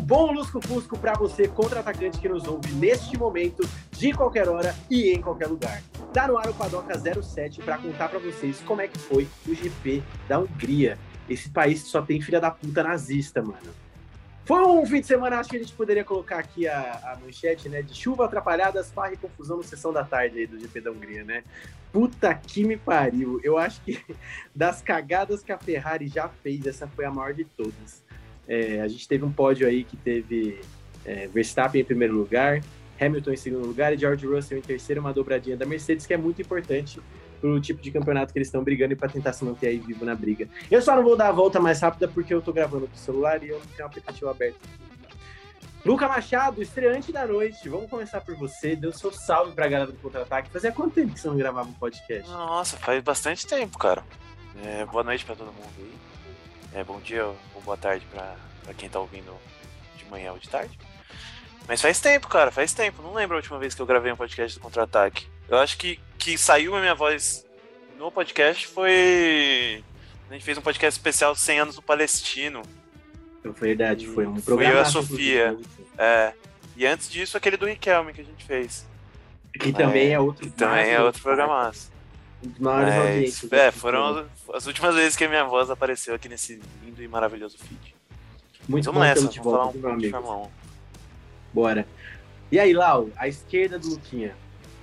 bom lusco-fusco para você, contra-atacante que nos ouve neste momento, de qualquer hora e em qualquer lugar. Tá no ar o Padoca 07 para contar para vocês como é que foi o GP da Hungria. Esse país que só tem filha da puta nazista, mano. Foi um fim de semana, acho que a gente poderia colocar aqui a manchete, né? De chuva, atrapalhadas, farra e confusão no sessão da tarde aí do GP da Hungria, né? Puta que me pariu. Eu acho que das cagadas que a Ferrari já fez, essa foi a maior de todas. A gente teve um pódio aí que teve Verstappen em primeiro lugar, Hamilton em segundo lugar e George Russell em terceiro, uma dobradinha da Mercedes, que é muito importante pro tipo de campeonato que eles estão brigando e para tentar se manter aí vivo na briga. Eu só não vou dar a volta mais rápida porque eu tô gravando com o celular e eu não tenho o aplicativo aberto. Luca Machado, estreante da noite. Vamos começar por você. Dê o seu salve pra galera do Contra-Ataque. Fazia quanto tempo que você não gravava um podcast? Nossa, faz bastante tempo, cara. Boa noite pra todo mundo aí. Bom dia ou boa tarde pra quem tá ouvindo de manhã ou de tarde. Mas faz tempo, cara, faz tempo. Não lembro a última vez que eu gravei um podcast do Contra-Ataque. Eu acho que saiu a minha voz no podcast foi... A gente fez um podcast especial 100 anos do Palestino. Verdade, foi um programa. Foi eu e a Sofia. E antes disso, aquele do Riquelme que a gente fez. Que também é outro. Que também é outro programaço. Um dos maiores audiências. Foram as últimas vezes que a minha voz apareceu aqui nesse lindo e maravilhoso feed. Muito vamos bom nessa, de volta, vamos falar um pouco de Fórmula 1. Bora. E aí, Lau, à esquerda do Luquinha.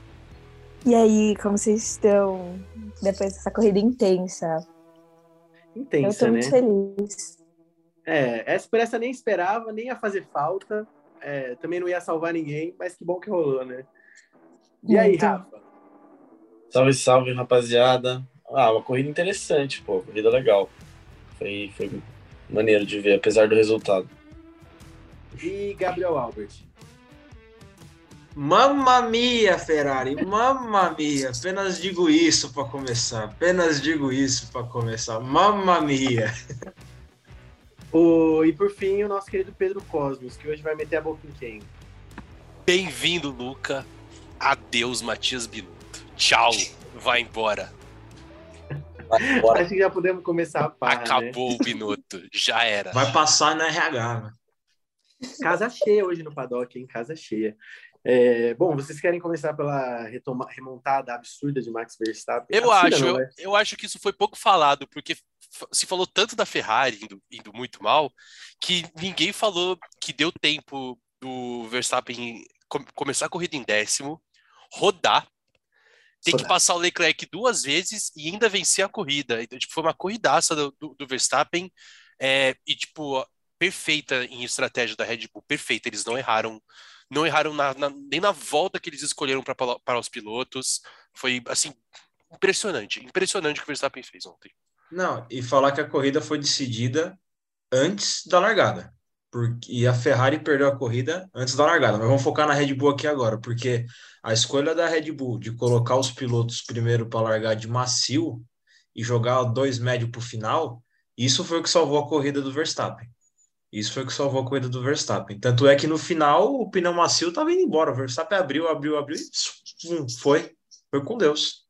E aí, como vocês estão depois dessa corrida intensa? Intensa, eu tô muito feliz. Essa nem esperava, nem ia fazer falta. Também não ia salvar ninguém, mas que bom que rolou, né? E aí, Rafa? Salve, salve, rapaziada. Uma corrida interessante, pô. Corrida legal. Foi maneiro de ver, apesar do resultado. E Gabriel Albert? Mamma mia, Ferrari, mamma mia. Apenas digo isso para começar. Mamma mia. E por fim, o nosso querido Pedro Cosmos, que hoje vai meter a boca em quem? Bem-vindo, Luca. Adeus, Matias Binotto. Tchau, vai embora. Acho que já podemos começar a parra, acabou, né? O Binotto, já era. Vai passar na RH, né? Casa cheia hoje no paddock, hein? Casa cheia. Bom, vocês querem começar pela remontada absurda de Max Verstappen? Eu acho que isso foi pouco falado, porque se falou tanto da Ferrari indo muito mal, que ninguém falou que deu tempo do Verstappen começar a corrida em 10º, rodar, ter que passar o Leclerc 2 vezes e ainda vencer a corrida. Então, foi uma corridaça do Verstappen e, perfeita em estratégia da Red Bull, perfeita. Eles não erraram nem na volta que eles escolheram para os pilotos. Foi, assim, impressionante o que o Verstappen fez ontem. Não, e falar que a corrida foi decidida antes da largada. E a Ferrari perdeu a corrida antes da largada. Mas vamos focar na Red Bull aqui agora, porque a escolha da Red Bull de colocar os pilotos primeiro para largar de macio e jogar 2 médio para o final, isso foi o que salvou a corrida do Verstappen. Tanto é que no final o pneu macio estava indo embora. O Verstappen abriu e foi com Deus.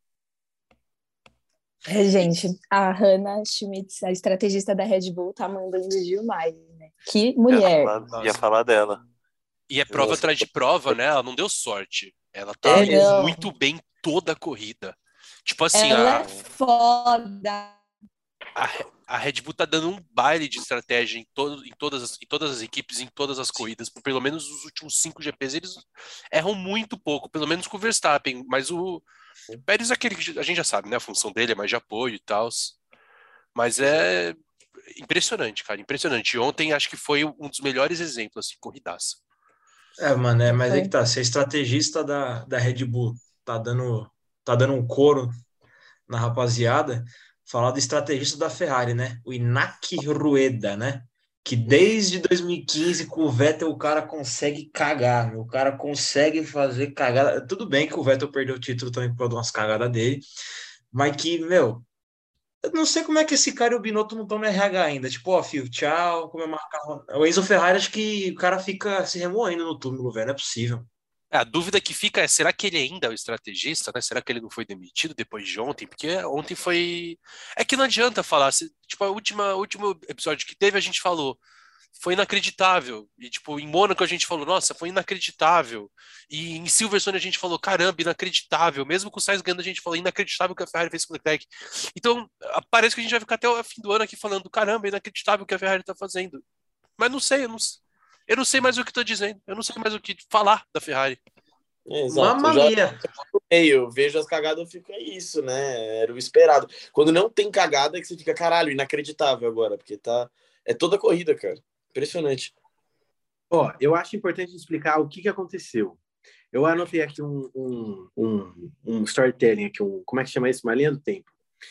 Gente, a Hannah Schmitz, a estrategista da Red Bull, tá mandando demais, né? Que mulher! Ia falar dela. E é prova atrás de prova, né? Ela não deu sorte. Ela tá muito bem toda a corrida. Ela é foda! A Red Bull tá dando um baile de estratégia em todas as equipes, em todas as corridas. Por pelo menos os últimos 5 GPs, eles erram muito pouco, pelo menos com o Verstappen. Mas o Pérez é aquele que a gente já sabe, né? A função dele é mais de apoio e tal. Mas é impressionante, cara, impressionante. E ontem acho que foi um dos melhores exemplos, assim, corridaça. Mas aí que tá. Se a estrategista da Red Bull tá dando um couro na rapaziada, falar do estrategista da Ferrari, né? O Iñaki Rueda, né? Que desde 2015 com o Vettel o cara consegue cagar, meu. O cara consegue fazer cagada. Tudo bem que o Vettel perdeu o título também por umas cagadas dele, mas que, meu, eu não sei como é que esse cara e o Binotto não estão no RH ainda. Filho, tchau, como é marcar. O Enzo Ferrari, acho que o cara fica se remoendo no túmulo, velho, não é possível. A dúvida que fica é, será que ele ainda é o estrategista, né? Será que ele não foi demitido depois de ontem? Porque ontem foi... É que não adianta falar, o último episódio que teve, a gente falou, foi inacreditável. E, tipo, em Mônaco a gente falou, nossa, foi inacreditável. E em Silverstone a gente falou, caramba, inacreditável. Mesmo com o Sainz ganhando, a gente falou, inacreditável o que a Ferrari fez com o Leclerc. Então, parece que a gente vai ficar até o fim do ano aqui falando, caramba, inacreditável o que a Ferrari tá fazendo. Mas não sei, eu não sei mais o que tô dizendo. Eu não sei mais o que falar da Ferrari. Exato. Mamma mia. Eu vejo as cagadas, eu fico, é isso, né? Era o esperado. Quando não tem cagada, é que você fica, caralho, inacreditável agora, porque tá. É toda corrida, cara. Impressionante. Ó, eu acho importante explicar o que aconteceu. Eu anotei aqui um storytelling, aqui, como é que chama isso? Uma linha do tempo.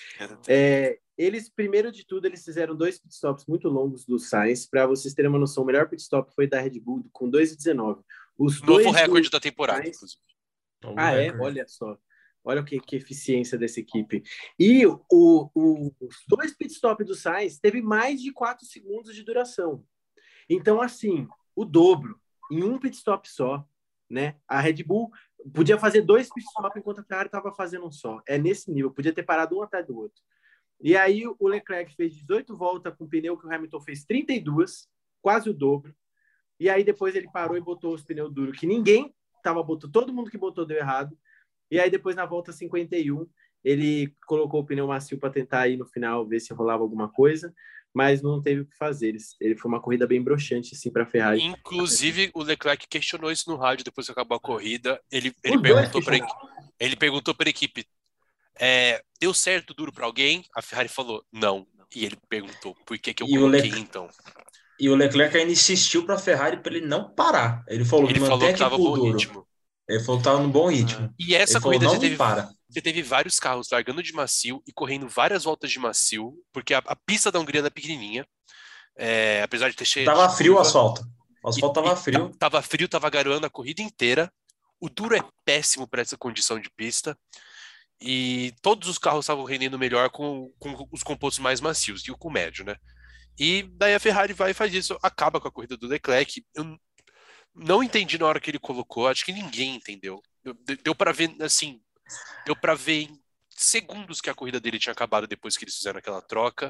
Eles, primeiro de tudo, eles fizeram 2 pitstops muito longos do Sainz. Para vocês terem uma noção, o melhor pitstop foi da Red Bull, com 2:19. Os Novo dois recorde da temporada, Sainz... inclusive. Olha só. Olha que eficiência dessa equipe. E os 2 pitstops do Sainz teve mais de 4 segundos de duração. Então, assim, o dobro em um pitstop só, né? A Red Bull podia fazer 2 pitstops enquanto a Ferrari estava fazendo um só. É nesse nível, podia ter parado um atrás do outro. E aí o Leclerc fez 18 voltas com o pneu que o Hamilton fez 32, quase o dobro. E aí depois ele parou e botou os pneus duros, que ninguém estava botando, todo mundo que botou deu errado. E aí depois na volta 51, ele colocou o pneu macio para tentar ir no final, ver se rolava alguma coisa, mas não teve o que fazer. Ele foi uma corrida bem broxante assim, para a Ferrari. Inclusive, o Leclerc questionou isso no rádio depois que acabou a corrida. Ele perguntou para a equipe, deu certo duro para alguém? A Ferrari falou, não. E ele perguntou, por que eu coloquei então? E o Leclerc ainda insistiu para a Ferrari para ele não parar. Ele falou que estava bom ritmo. Ele falou que estava no bom ritmo. E essa ele corrida falou, você teve vários carros largando de macio e correndo várias voltas de macio, porque a pista da Hungria era pequenininha, apesar de ter cheio. Tava frio o asfalto. O asfalto tava frio. Tava frio, tava garoando a corrida inteira. O duro é péssimo para essa condição de pista. E todos os carros estavam rendendo melhor com os compostos mais macios e o com médio, né? E daí a Ferrari vai e faz isso, acaba com a corrida do Leclerc. Eu não entendi na hora que ele colocou, acho que ninguém entendeu. Deu para ver, assim, em segundos que a corrida dele tinha acabado depois que eles fizeram aquela troca.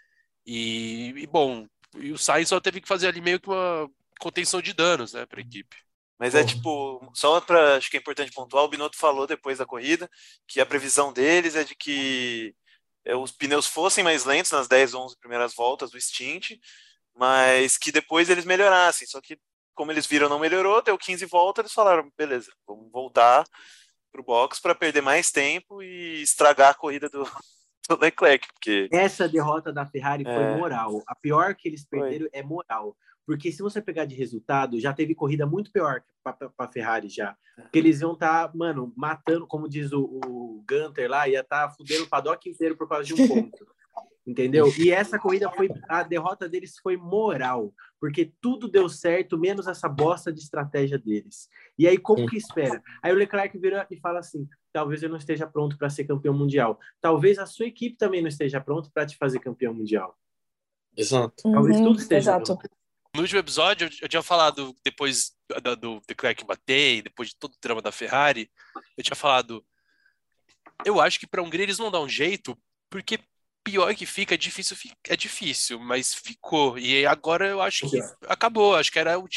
E bom, o Sainz só teve que fazer ali meio que uma contenção de danos, né, para a equipe. Mas acho que é importante pontuar, o Binotto falou depois da corrida que a previsão deles é de que os pneus fossem mais lentos nas 10, 11 primeiras voltas do stint, mas que depois eles melhorassem, só que como eles viram não melhorou, deu 15 voltas, eles falaram, beleza, vamos voltar pro box para perder mais tempo e estragar a corrida do Leclerc, porque... Essa derrota da Ferrari foi moral. A pior que eles perderam é moral. Porque se você pegar de resultado, já teve corrida muito pior para a Ferrari já. Porque eles iam estar, matando, como diz o Gunter lá, ia estar fudendo o paddock inteiro por causa de um ponto. Entendeu? E essa corrida a derrota deles foi moral, porque tudo deu certo, menos essa bosta de estratégia deles. E aí, como que espera? Aí o Leclerc vira e fala assim, talvez eu não esteja pronto para ser campeão mundial. Talvez a sua equipe também não esteja pronta para te fazer campeão mundial. Exato. Talvez tudo esteja pronto. No último episódio, eu tinha falado, depois do Leclerc bater, depois de todo o drama da Ferrari, eu tinha falado, eu acho que para a Hungria eles vão dar um jeito, porque pior que fica, é difícil, mas ficou. E agora eu acho que acabou. Acho que era o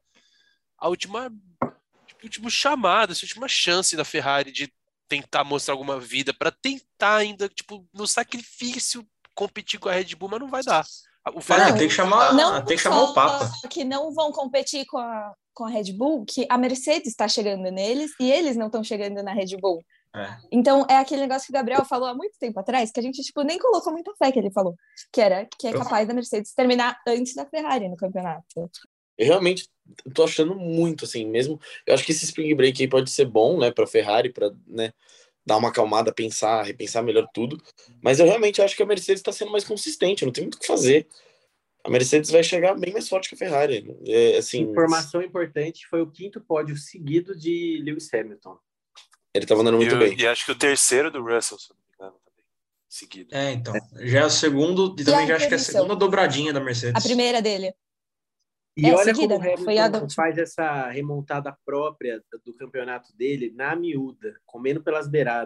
último chamado, a última chance da Ferrari de tentar mostrar alguma vida, para tentar ainda, no sacrifício, competir com a Red Bull, mas não vai dar. Tem que chamar o Papa. Que não vão competir com a Red Bull, que a Mercedes está chegando neles e eles não estão chegando na Red Bull. Então, é aquele negócio que o Gabriel falou há muito tempo atrás, que a gente nem colocou muita fé que ele falou, que é capaz da Mercedes terminar antes da Ferrari no campeonato. Eu realmente tô achando muito, assim, mesmo. Eu acho que esse Spring Break aí pode ser bom, né, pra Ferrari, pra, né, dar uma acalmada, repensar melhor tudo. Mas eu realmente acho que a Mercedes tá sendo mais consistente, não tem muito o que fazer. A Mercedes vai chegar bem mais forte que a Ferrari. Assim, informação importante, foi o 5º pódio seguido de Lewis Hamilton. Ele tava andando muito bem. E acho que o terceiro do Russell, se não me engano, também. Seguido. Então. Já é o segundo, e também já acho que é a segunda dobradinha da Mercedes. A primeira dele. E olha seguida, como o Hamilton faz essa remontada própria do campeonato dele na miúda, comendo pelas beiradas.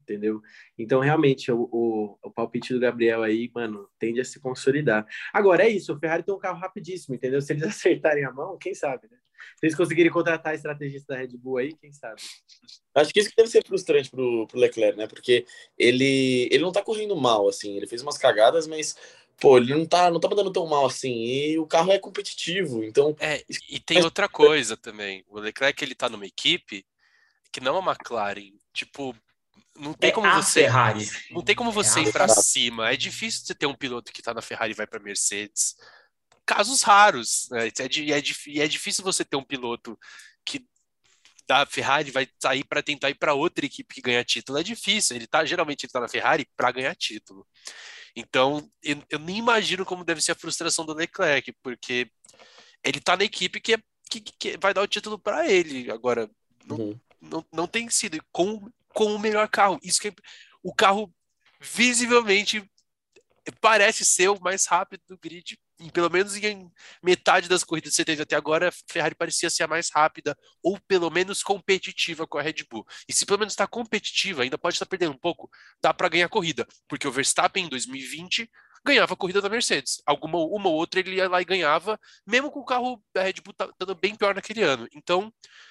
entendeu? Então, realmente, o palpite do Gabriel aí, mano, tende a se consolidar. Agora, é isso, o Ferrari tem um carro rapidíssimo, entendeu? Se eles acertarem a mão, quem sabe, né? Se eles conseguirem contratar a estrategista da Red Bull aí, quem sabe? Acho que isso que deve ser frustrante pro Leclerc, né? Porque ele não tá correndo mal, assim. Ele fez umas cagadas, mas, pô, ele não tá mandando tão mal assim. E o carro é competitivo, então... E tem outra coisa também. O Leclerc, ele tá numa equipe que não é uma McLaren. Tipo, não tem como você... Ferrari. Não tem como você ir pra cima. É difícil você ter um piloto que tá na Ferrari e vai pra Mercedes. Casos raros, né? É difícil você ter um piloto que da Ferrari vai sair para tentar ir para outra equipe que ganha título. É difícil. Geralmente ele tá na Ferrari para ganhar título. Então, eu nem imagino como deve ser a frustração do Leclerc, porque ele tá na equipe que vai dar o título para ele. Agora, não tem sido com o melhor carro. Isso que o carro visivelmente parece ser o mais rápido do grid. Pelo menos em metade das corridas que você teve até agora, a Ferrari parecia ser a mais rápida, ou pelo menos competitiva com a Red Bull. E se pelo menos está competitiva, ainda pode estar perdendo um pouco, dá para ganhar corrida. Porque o Verstappen em 2020 ganhava a corrida da Mercedes. Uma ou outra ele ia lá e ganhava, mesmo com o carro da Red Bull estando bem pior naquele ano. Então,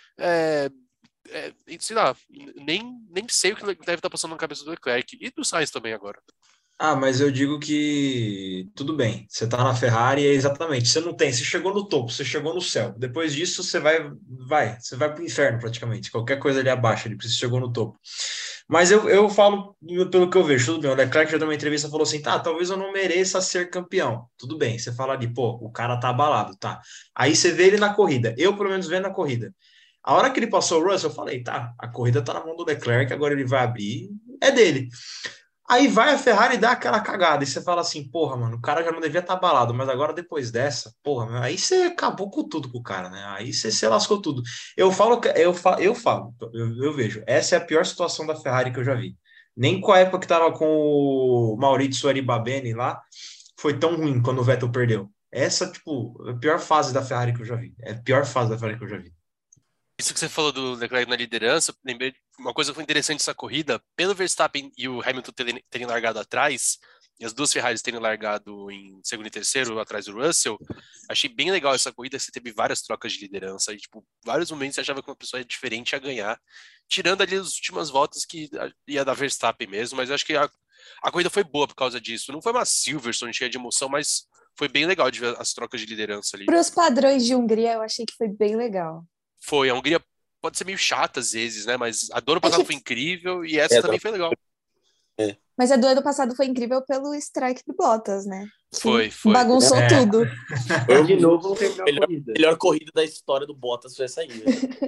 sei lá, nem sei o que deve estar passando na cabeça do Leclerc e do Sainz também agora. Mas eu digo que tudo bem, você tá na Ferrari, exatamente, você chegou no topo, você chegou no céu, depois disso você vai pro inferno praticamente, qualquer coisa ali abaixo, você chegou no topo. Mas eu falo pelo que eu vejo, tudo bem, o Leclerc já deu uma entrevista e falou assim, talvez eu não mereça ser campeão, tudo bem, você fala ali, pô, o cara tá abalado, tá, aí você vê ele na corrida, eu pelo menos vendo na corrida, a hora que ele passou o Russell, eu falei, a corrida tá na mão do Leclerc, agora ele vai abrir, é dele. Aí vai a Ferrari e dá aquela cagada, e você fala assim, porra, mano, o cara já não devia estar abalado, mas agora depois dessa, porra, aí você acabou com tudo com o cara, né? Aí você lascou tudo. Eu vejo, essa é a pior situação da Ferrari que eu já vi. Nem com a época que tava com o Maurizio Arribabene lá, foi tão ruim quando o Vettel perdeu. Essa, a pior fase da Ferrari que eu já vi. É a pior fase da Ferrari que eu já vi. Isso que você falou do Leclerc na liderança, lembrei uma coisa que foi interessante dessa corrida, pelo Verstappen e o Hamilton terem largado atrás, e as duas Ferraris terem largado em segundo e terceiro atrás do Russell, achei bem legal essa corrida, você teve várias trocas de liderança, e vários momentos você achava que uma pessoa diferente ia ganhar, tirando ali as últimas voltas que ia dar Verstappen mesmo, mas eu acho que a corrida foi boa por causa disso, não foi uma Silverstone cheia de emoção, mas foi bem legal de ver as trocas de liderança ali. Para os padrões de Hungria, eu achei que foi bem legal. Foi, a Hungria pode ser meio chata às vezes, né? Mas a do ano passado foi incrível e essa também foi legal. Mas a do ano passado foi incrível pelo strike do Bottas, né? Foi. Bagunçou tudo. De novo, vamos ter a corrida. Melhor corrida da história do Bottas foi essa aí.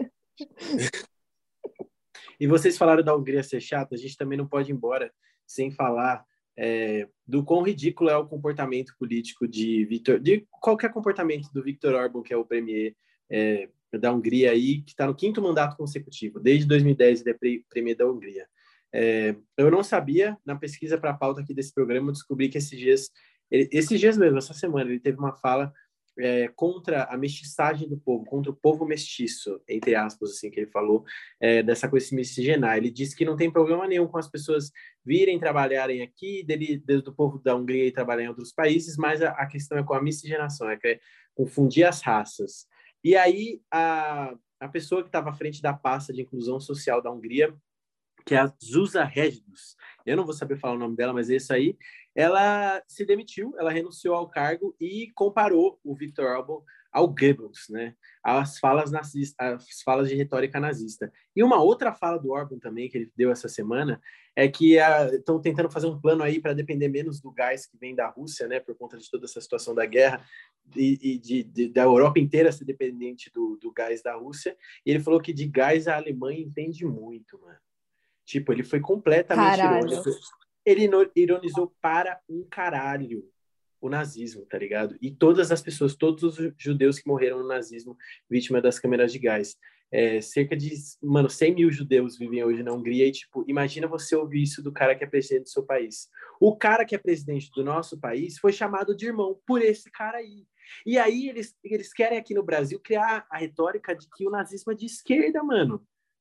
E vocês falaram da Hungria ser chata, a gente também não pode ir embora sem falar do quão ridículo é o comportamento político de qualquer comportamento do Viktor Orbán, que é o premier da Hungria aí, que está no 5º mandato consecutivo, desde 2010 ele é premier da Hungria. Eu não sabia, na pesquisa para a pauta aqui desse programa, eu descobri que esses dias mesmo, essa semana, ele teve uma fala contra a mestiçagem do povo, contra o povo mestiço, entre aspas, assim, que ele falou, dessa coisa de se miscigenar. Ele disse que não tem problema nenhum com as pessoas virem trabalharem aqui, do povo da Hungria e trabalhar em outros países, mas a questão é com a miscigenação, que é confundir as raças. E aí, a pessoa que estava à frente da pasta de inclusão social da Hungria, que é a Zsuzsa Regidus, eu não vou saber falar o nome dela, mas é isso aí, ela se demitiu, ela renunciou ao cargo e comparou o Viktor Orbán ao Goebbels, né? As falas de retórica nazista. E uma outra fala do Orbán também, que ele deu essa semana, é que estão tentando fazer um plano aí para depender menos do gás que vem da Rússia, né? Por conta de toda essa situação da guerra e da Europa inteira ser dependente do gás da Rússia. E ele falou que de gás a Alemanha entende muito, mano. Tipo, ele foi completamente irônico. Ele ironizou para um caralho o nazismo, tá ligado? E todas as pessoas, todos os judeus que morreram no nazismo, vítima das câmeras de gás. Cerca de, 100 mil judeus vivem hoje na Hungria e, tipo, imagina você ouvir isso do cara que é presidente do seu país. O cara que é presidente do nosso país foi chamado de irmão por esse cara aí. E aí eles querem aqui no Brasil criar a retórica de que o nazismo é de esquerda, mano.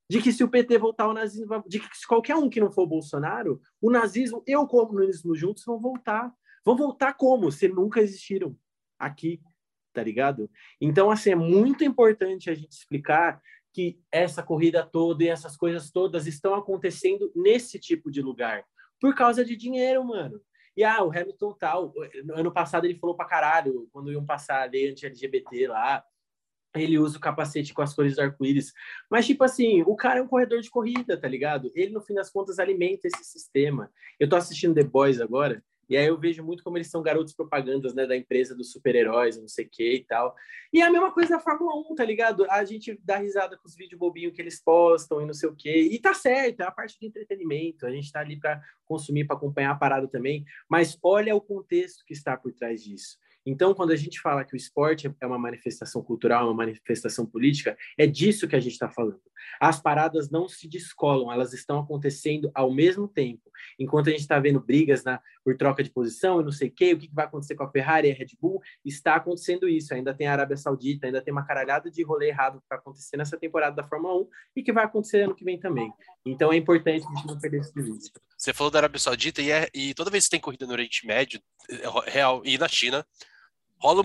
de que se o PT voltar ao nazismo, de que se qualquer um que não for o Bolsonaro, o nazismo e o comunismo juntos vão voltar. Vão voltar como? Se nunca existiram aqui, tá ligado? Então, assim, é muito importante a gente explicar que essa corrida toda e essas coisas todas estão acontecendo nesse tipo de lugar. Por causa de dinheiro, mano. E, o Hamilton tal, ano passado ele falou pra caralho, quando iam passar a lei anti-LGBT lá, ele usa o capacete com as cores do arco-íris. Mas, tipo assim, o cara é um corredor de corrida, tá ligado? Ele, no fim das contas, alimenta esse sistema. Eu tô assistindo The Boys agora, e aí eu vejo muito como eles são garotos propagandas, né, da empresa dos super-heróis, não sei o que e tal. E é a mesma coisa da Fórmula 1, tá ligado? A gente dá risada com os vídeos bobinhos que eles postam e não sei o que. E tá certo, é a parte de entretenimento. A gente tá ali para consumir, para acompanhar a parada também. Mas olha o contexto que está por trás disso. Então, quando a gente fala que o esporte é uma manifestação cultural, uma manifestação política, é disso que a gente está falando. As paradas não se descolam, elas estão acontecendo ao mesmo tempo. Enquanto a gente está vendo brigas por troca de posição e não sei o que vai acontecer com a Ferrari e a Red Bull, está acontecendo isso. Ainda tem a Arábia Saudita, ainda tem uma caralhada de rolê errado para acontecer nessa temporada da Fórmula 1 e que vai acontecer ano que vem também. Então, é importante a gente não perder esse serviço. Você falou da Arábia Saudita e toda vez que tem corrida no Oriente Médio, real, e na China, rola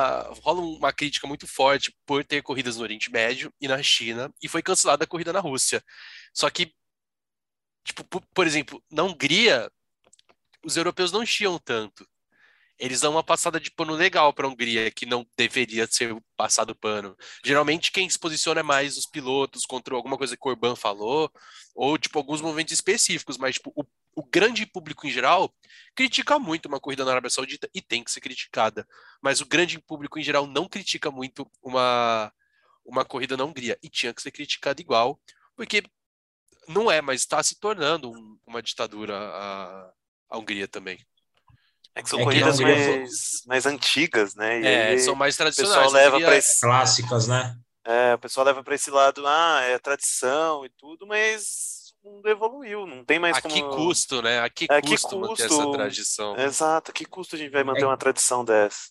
uma crítica muito forte por ter corridas no Oriente Médio e na China, e foi cancelada a corrida na Rússia. Só que, tipo, por exemplo, na Hungria, os europeus não chiam tanto. Eles dão uma passada de pano legal para a Hungria, que não deveria ser passado pano. Geralmente quem se posiciona é mais os pilotos contra alguma coisa que o Orbán falou, ou tipo alguns momentos específicos, mas tipo, o grande público em geral critica muito uma corrida na Arábia Saudita e tem que ser criticada. Mas o grande público em geral não critica muito uma corrida na Hungria e tinha que ser criticada igual, porque não é, mas está se tornando uma ditadura a Hungria também. É que são corridas mais antigas, né? E são mais tradicionais. O pessoal leva para esse... Clássicas, né? O pessoal leva para esse lado, é tradição e tudo, mas o mundo evoluiu, não tem mais como... A que custo, né? A que custo manter essa tradição? Exato, a que custo a gente vai manter uma tradição dessa?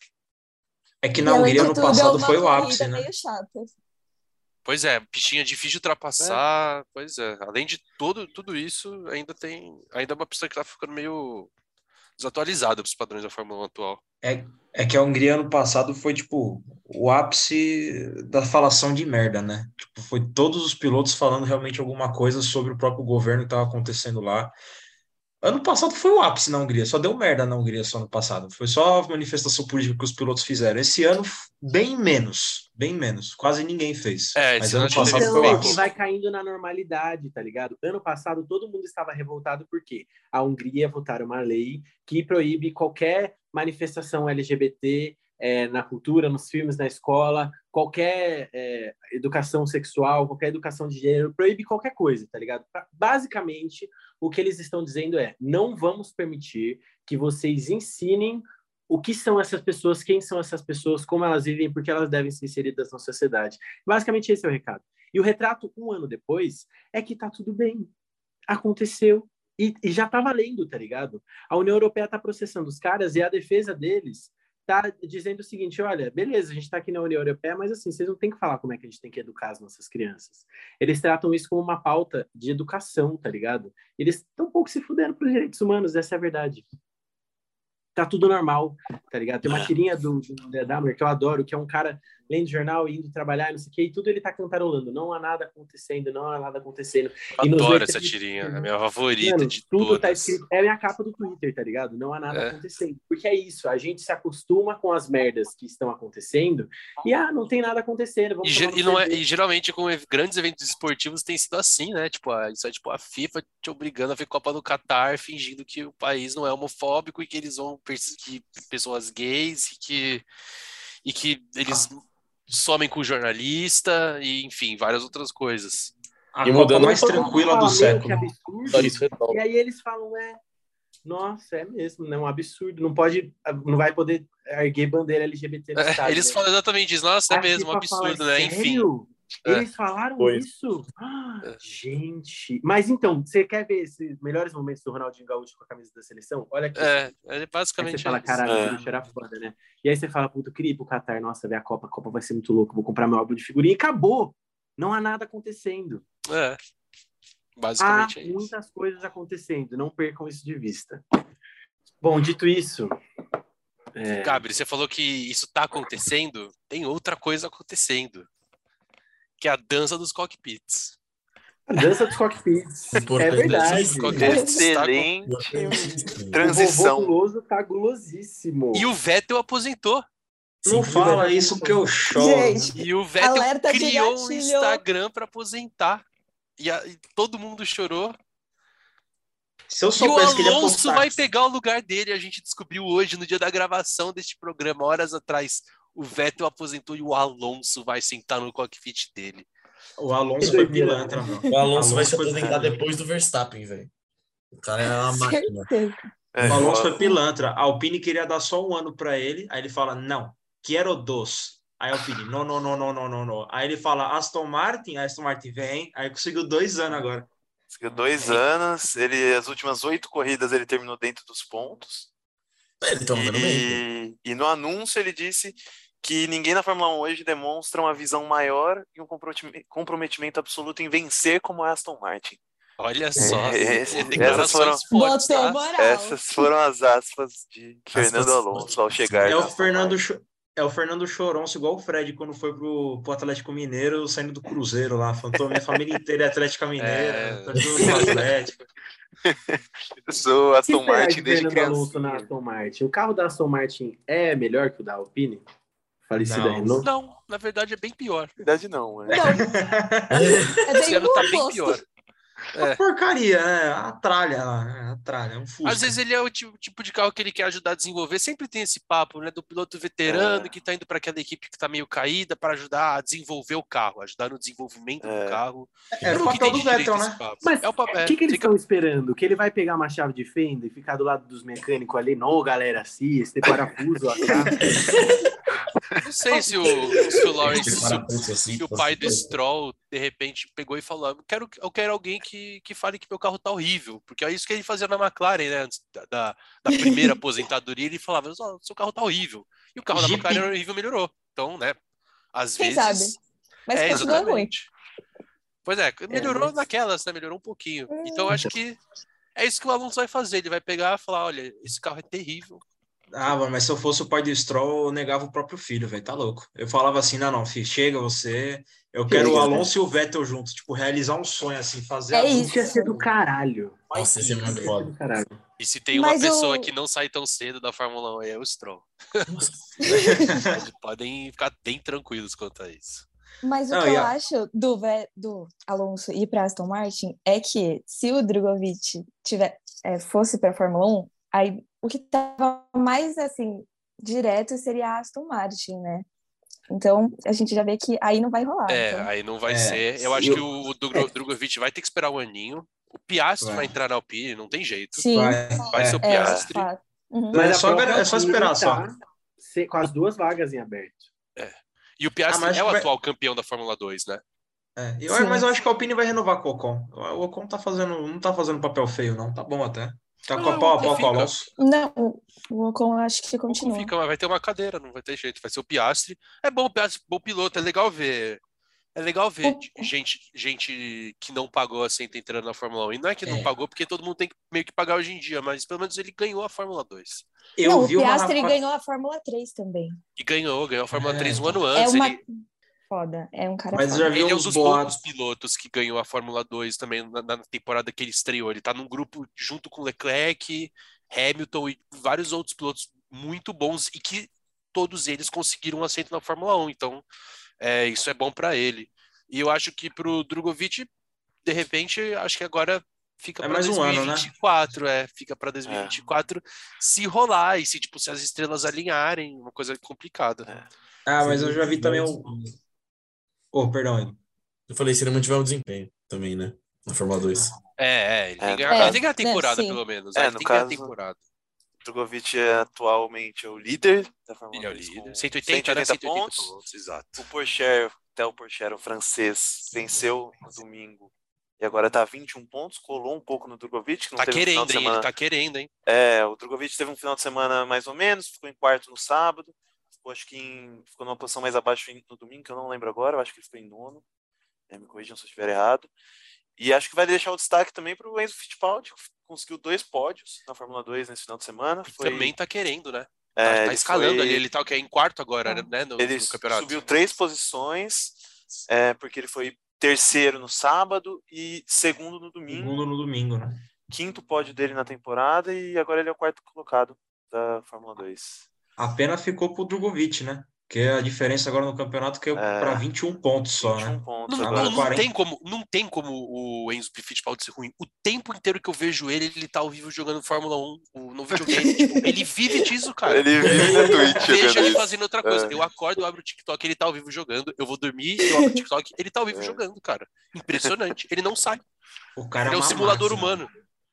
É que na Hungria no passado foi o ápice, né? Meio chata. Pois é, pistinha difícil de ultrapassar, pois é. Além de tudo isso, ainda é uma pista que tá ficando meio desatualizada para os padrões da Fórmula 1 atual. É que a Hungria ano passado foi, tipo, o ápice da falação de merda, né? Tipo, foi todos os pilotos falando realmente alguma coisa sobre o próprio governo que estava acontecendo lá. Ano passado foi o ápice na Hungria, só deu merda na Hungria só ano passado. Foi só a manifestação política que os pilotos fizeram. Esse ano, bem menos. Quase ninguém fez. Mas ano passado foi o ápice. E vai caindo na normalidade, tá ligado? Ano passado todo mundo estava revoltado porque a Hungria votaram uma lei que proíbe qualquer manifestação LGBT na cultura, nos filmes, na escola, qualquer educação sexual, qualquer educação de gênero, proíbe qualquer coisa, tá ligado? Basicamente, o que eles estão dizendo não vamos permitir que vocês ensinem o que são essas pessoas, quem são essas pessoas, como elas vivem, porque elas devem ser inseridas na sociedade. Basicamente, esse é o recado. E o retrato, um ano depois, é que tá tudo bem. Aconteceu. E já tá valendo, tá ligado? A União Europeia tá processando os caras e a defesa deles tá dizendo o seguinte, olha, beleza, a gente tá aqui na União Europeia, mas assim, vocês não têm que falar como é que a gente tem que educar as nossas crianças. Eles tratam isso como uma pauta de educação, tá ligado? Eles estão um pouco se fudendo pros direitos humanos, essa é a verdade. Tá tudo normal, tá ligado? Tem uma tirinha do Dahmer que eu adoro, que é um cara lendo jornal, indo trabalhar, não sei o que, e tudo ele tá cantarolando. Não há nada acontecendo, não há nada acontecendo. Eu adoro essa tirinha, é a minha favorita. Mano, de tudo todas. Tá escrito, é a minha capa do Twitter, tá ligado? Não há nada acontecendo. Porque é isso, a gente se acostuma com as merdas que estão acontecendo e, não tem nada acontecendo. E geralmente com grandes eventos esportivos tem sido assim, né? Tipo, isso é tipo a FIFA te obrigando a ver Copa do Catar, fingindo que o país não é homofóbico e que eles vão perseguir pessoas gays e que eles somem com o jornalista e, enfim, várias outras coisas. A Copa mais tranquila do século. E aí eles falam, nossa, é mesmo, né? Um absurdo. Não vai poder erguer bandeira LGBT no estádio. Eles falam exatamente isso. Nossa, é mesmo, um absurdo, né? Sério? Enfim. Eles falaram isso? Gente. Mas então, você quer ver esses melhores momentos do Ronaldinho Gaúcho com a camisa da seleção? Olha aqui. Basicamente. Aí você fala, caralho, o bicho era foda, né? E aí você fala, puta, eu queria ir pro Qatar, nossa, ver a Copa vai ser muito louco, vou comprar meu álbum de figurinha. E acabou. Não há nada acontecendo. É, basicamente Há é isso. muitas coisas acontecendo, não percam isso de vista. Bom, dito isso... Gabriel, você falou que isso tá acontecendo, tem outra coisa acontecendo, que é a dança dos cockpits. A dança dos cockpits. É verdade. Excelente O transição. vovô guloso tá gulosíssimo. E o Vettel aposentou. Não fala isso que eu choro. Gente, E o Vettel alerta de criou um gatilho. Instagram para aposentar. E todo mundo chorou. Se eu E o soubesse que ele ia Alonso postar... vai pegar o lugar dele. A gente descobriu hoje, no dia da gravação deste programa, horas atrás. O Vettel aposentou e o Alonso vai sentar no cockpit dele. O Alonso foi pilantra, meu. O Alonso vai se foi aposentar pilantra. depois do Verstappen, velho. O cara é uma máquina. Certeza. O Alonso foi pilantra. A Alpine queria dar só 1 ano para ele. Aí ele fala, não, quero 2. Aí a Alpine, não, não, não, não, não, não, não. Aí ele fala, Aston Martin vem. Aí conseguiu 2 anos agora. Conseguiu 2 anos. As últimas 8 corridas ele terminou dentro dos pontos. Ele tá mandando bem. E no anúncio ele disse que ninguém na Fórmula 1 hoje demonstra uma visão maior e um comprometimento absoluto em vencer como a Aston Martin. Olha só, essas fortes, botou tá? moral. Essas foram as aspas de Fernando Alonso ao chegar. É o Fernando Choronço, igual o Fred, quando foi pro Atlético Mineiro, saindo do Cruzeiro lá. Falou, minha família inteira é Atlética Mineira, torcedor do Atlético. Eu sou Aston Martin desde Fernando criança. Alonso na Aston Martin. O carro da Aston Martin é melhor que o da Alpine? Falecida Renault? Não, na verdade é bem pior. Na verdade não. Não. É Esse bem ano tá bem oposto. pior. É porcaria, né? A tralha lá, é um Fusca. Às vezes ele é o tipo de carro que ele quer ajudar a desenvolver. Sempre tem esse papo, né? Do piloto veterano que tá indo para aquela equipe que tá meio caída para ajudar a desenvolver o carro, ajudar no desenvolvimento do carro. É o papel do Vettel, né? Mas é o que eles estão esperando? Que ele vai pegar uma chave de fenda e ficar do lado dos mecânicos ali? Não, galera, assim, esse parafuso atrás. Não sei se o Lawrence, se o pai do Stroll, de repente, pegou e falou: eu quero alguém que fale que meu carro tá horrível. Porque é isso que ele fazia na McLaren, né? Antes da primeira aposentadoria, ele falava: seu carro tá horrível. E o carro da McLaren era horrível, melhorou. Então, né? Às Quem vezes. sabe? Mas continua ruim. Pois é, melhorou naquelas, né? Melhorou um pouquinho. Então, acho que é isso que o Alonso vai fazer. Ele vai pegar e falar: olha, esse carro é terrível. Ah, mas se eu fosse o pai do Stroll, eu negava o próprio filho, velho, tá louco. Eu falava assim, não, filho, chega você, eu quero o Alonso e o Vettel juntos, tipo, realizar um sonho, assim, fazer isso ia ser do caralho. Nossa, isso é muito foda. E se tem uma pessoa que não sai tão cedo da Fórmula 1, é o Stroll. Podem ficar bem tranquilos quanto a isso. Mas o que eu acho do Alonso ir para Aston Martin é que se o Drogovic fosse para a Fórmula 1, aí o que estava mais assim direto seria a Aston Martin, né? Então a gente já vê que aí não vai rolar. Então. Aí não vai ser. Eu acho que o Drogovic vai ter que esperar um aninho. O Piastri vai entrar na Alpine, não tem jeito. Sim. Vai ser o Piastri. Mas é só esperar só. Com as 2 vagas em aberto. E o Piastri é o atual campeão da Fórmula 2, né? Mas eu acho que a Alpine vai renovar com o Ocon. O Ocon não tá fazendo papel feio, não. Tá bom até. Tá com a pau a pau com o Alonso. Não, o Ocon acho que continua. Mas vai ter uma cadeira, não vai ter jeito. Vai ser o Piastri. É bom, o Piastri, bom piloto. É legal ver gente que não pagou assento entrando na Fórmula 1. E não é que não pagou, porque todo mundo tem que meio que pagar hoje em dia, mas pelo menos ele ganhou a Fórmula 2. O Piastri ganhou a Fórmula 3 também. E ganhou a Fórmula 3 um ano antes. Foda, é um cara Mas foda. já vi ele é um dos poucos pilotos que ganhou a Fórmula 2 também na temporada que ele estreou. Ele tá num grupo junto com Leclerc, Hamilton e vários outros pilotos muito bons e que todos eles conseguiram um assento na Fórmula 1. Então, isso é bom para ele. E eu acho que pro Drogovic, de repente, acho que agora fica para 2024, ano, né? Fica para 2024 se rolar e se as estrelas alinharem, uma coisa complicada. Mas eu já vi também perdão. Eu falei, se ele mantiver um desempenho também, né? Na Fórmula 2. Ele tem que ganhar a temporada, pelo menos. Ele tem que ganhar a temporada. O Drogovic atualmente é o líder da Fórmula 2. Ele é o líder. 180 pontos. Exato. O Porcher, o francês, venceu no domingo. E agora tá a 21 pontos, colou um pouco no Drogovic. Que não teve querendo, um final de semana. Ele tá querendo, hein? O Drogovic teve um final de semana mais ou menos, ficou em quarto no sábado. Acho que ficou numa posição mais abaixo no domingo, que eu não lembro agora, eu acho que ele ficou em 9º. Me corrijam se eu estiver errado. E acho que vai deixar o destaque também para o Enzo Fittipaldi, que conseguiu 2 pódios na Fórmula 2 nesse final de semana. Também tá querendo, né? Tá escalando ali, ele tá em quarto agora, né? No campeonato. Subiu 3 posições, porque ele foi terceiro no sábado e segundo no domingo. Segundo no domingo, né? 5º pódio dele na temporada e agora ele é o 4º colocado da Fórmula 2. A pena ficou pro Drogovic, né? Porque a diferença agora no campeonato caiu para 21 pontos só, 21 né? pontos não tem como o Enzo Fittipaldi ser ruim. O tempo inteiro que eu vejo ele tá ao vivo jogando Fórmula 1 no videogame. Tipo, ele vive disso, cara. Ele vive na Twitch. Vejo ele fazendo outra coisa. Eu acordo, eu abro o TikTok, ele tá ao vivo jogando. Eu vou dormir, eu abro o TikTok, ele tá ao vivo jogando, cara. Impressionante. Ele não sai. O cara ele é um simulador humano.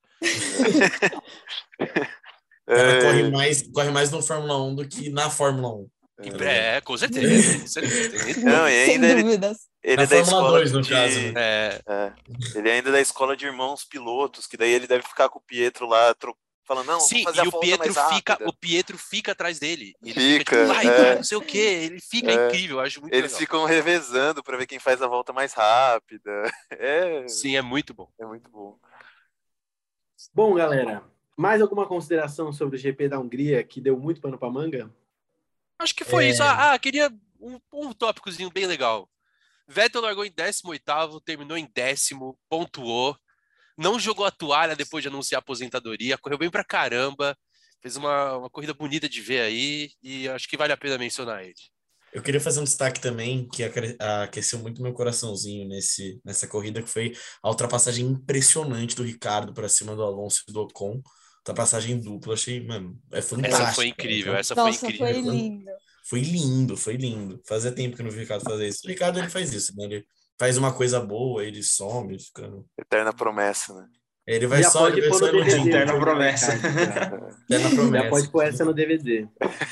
O cara corre mais no Fórmula 1 do que na Fórmula 1. Com certeza. Não, e ainda ele é da escola 2, no caso. Ele ainda é da escola de irmãos pilotos, que daí ele deve ficar com o Pietro lá falando, não, sim, vamos fazer e o Pietro fica atrás dele. Ele fica tipo, não sei o que, ele fica incrível, eu acho muito Eles legal. ficam revezando pra ver quem faz a volta mais rápida. Sim, é muito bom. É muito bom. Bom, galera, mais alguma consideração sobre o GP da Hungria que deu muito pano pra manga? Acho que foi isso. Queria um tópicozinho bem legal. Vettel largou em 18º, terminou em 10º, pontuou. Não jogou a toalha depois de anunciar a aposentadoria. Correu bem pra caramba. Fez uma corrida bonita de ver aí. E acho que vale a pena mencionar ele. Eu queria fazer um destaque também, que aqueceu muito meu coraçãozinho nessa corrida, que foi a ultrapassagem impressionante do Ricardo para cima do Alonso e do Ocon. Ultrapassagem dupla, achei, mano, fantástico. Essa foi incrível, Foi lindo. Foi lindo. Fazia tempo que eu não vi o Ricardo fazer isso. O Ricardo, ele faz isso, né? Ele faz uma coisa boa, ele some, ficando... Eterna promessa, né? Ele vai só... Eterna promessa. Eterna promessa. Já pode pôr essa no DVD.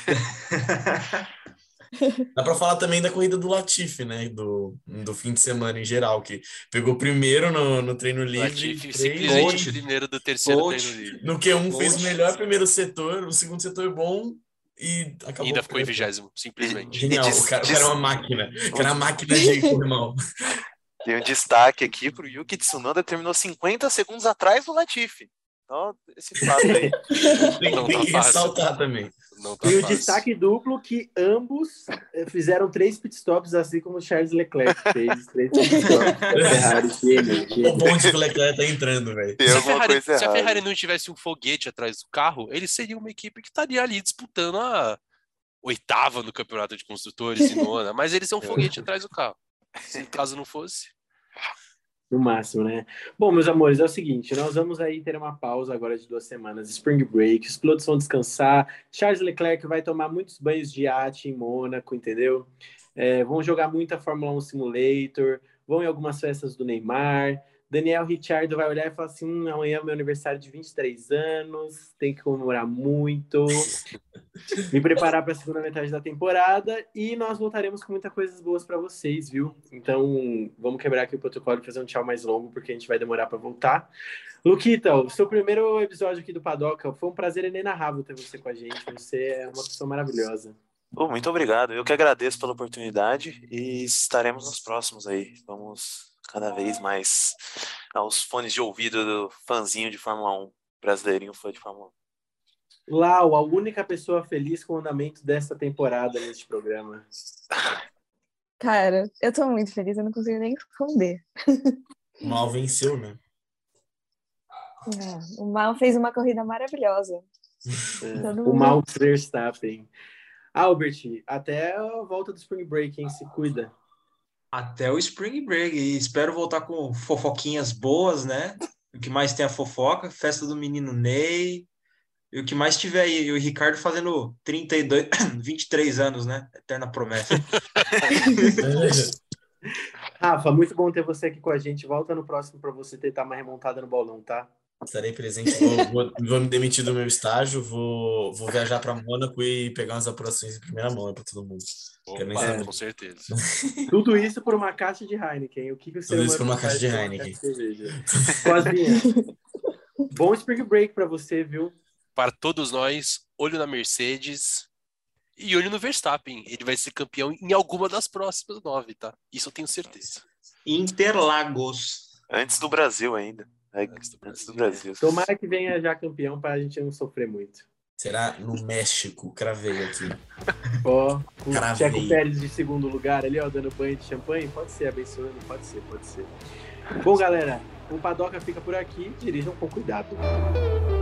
Dá pra falar também da corrida do Latifi, né? Do fim de semana em geral, que pegou primeiro no treino livre. Latifi simplesmente primeiro do terceiro treino livre. No Q1 fez o melhor primeiro setor, o segundo setor bom e acabou. E ainda ficou em 20º, simplesmente. Genial, o cara era uma máquina. O cara era uma máquina de corrimão. Tem um destaque aqui pro Yuki Tsunoda, terminou 50 segundos atrás do Latifi. Então, esse fato aí. tem que ressaltar também. E o destaque duplo que ambos fizeram 3 pitstops, assim como o Charles Leclerc fez 3 pitstops. Ferrari, o bonde do Leclerc tá entrando, velho. Se a Ferrari não tivesse um foguete atrás do carro, eles seriam uma equipe que estaria ali disputando a 8ª no campeonato de construtores e 9ª, mas eles são um foguete atrás do carro. Se caso não fosse... No máximo, né? Bom, meus amores, é o seguinte, nós vamos aí ter uma pausa agora de 2 semanas, Spring Break, os pilotos vão descansar, Charles Leclerc vai tomar muitos banhos de iate em Mônaco, entendeu? Vão jogar muita Fórmula 1 Simulator, vão em algumas festas do Neymar, Daniel Ricciardo vai olhar e falar assim, amanhã é meu aniversário de 23 anos, tem que comemorar muito, me preparar para a segunda metade da temporada e nós voltaremos com muitas coisas boas para vocês, viu? Então, vamos quebrar aqui o protocolo e fazer um tchau mais longo, porque a gente vai demorar para voltar. Luquita, o seu primeiro episódio aqui do Padoca, foi um prazer inenarrável ter você com a gente, você é uma pessoa maravilhosa. Muito obrigado, eu que agradeço pela oportunidade e estaremos nos próximos aí, vamos cada vez mais aos fones de ouvido do fãzinho de Fórmula 1, brasileirinho fã de Fórmula 1. Lau, a única pessoa feliz com o andamento desta temporada neste programa. Cara, eu tô muito feliz, eu não consigo nem responder. O Mal venceu, né? O Mal fez uma corrida maravilhosa. O Mal Verstappen. Albert, até a volta do Spring Break, hein? Se cuida. Até o Spring Break. E espero voltar com fofoquinhas boas, né? O que mais tem a fofoca, festa do menino Ney. E o que mais tiver aí, e o Ricardo fazendo 23 anos, né? Eterna promessa. Rafa, muito bom ter você aqui com a gente. Volta no próximo para você tentar uma remontada no bolão, tá? Estarei presente. Vou me demitir do meu estágio, vou viajar para Mônaco e pegar umas apurações em primeira mão para todo mundo. Opa, com certeza. Tudo isso por uma caixa de Heineken. O que o Tudo isso por uma caixa de Heineken. Cozinha. Bom Spring Break para você, viu? Para todos nós, olho na Mercedes e olho no Verstappen. Ele vai ser campeão em alguma das próximas 9, tá? Isso eu tenho certeza. Interlagos. Antes do Brasil ainda. Antes do Brasil. Tomara que venha já campeão pra gente não sofrer muito. Será no México, cravei aqui. Ó, com o Cravei. Checo Pérez de segundo lugar ali, ó, dando banho de champanhe. Pode ser, abençoando, pode ser. Bom, galera, o Padoca fica por aqui. Dirijam com cuidado.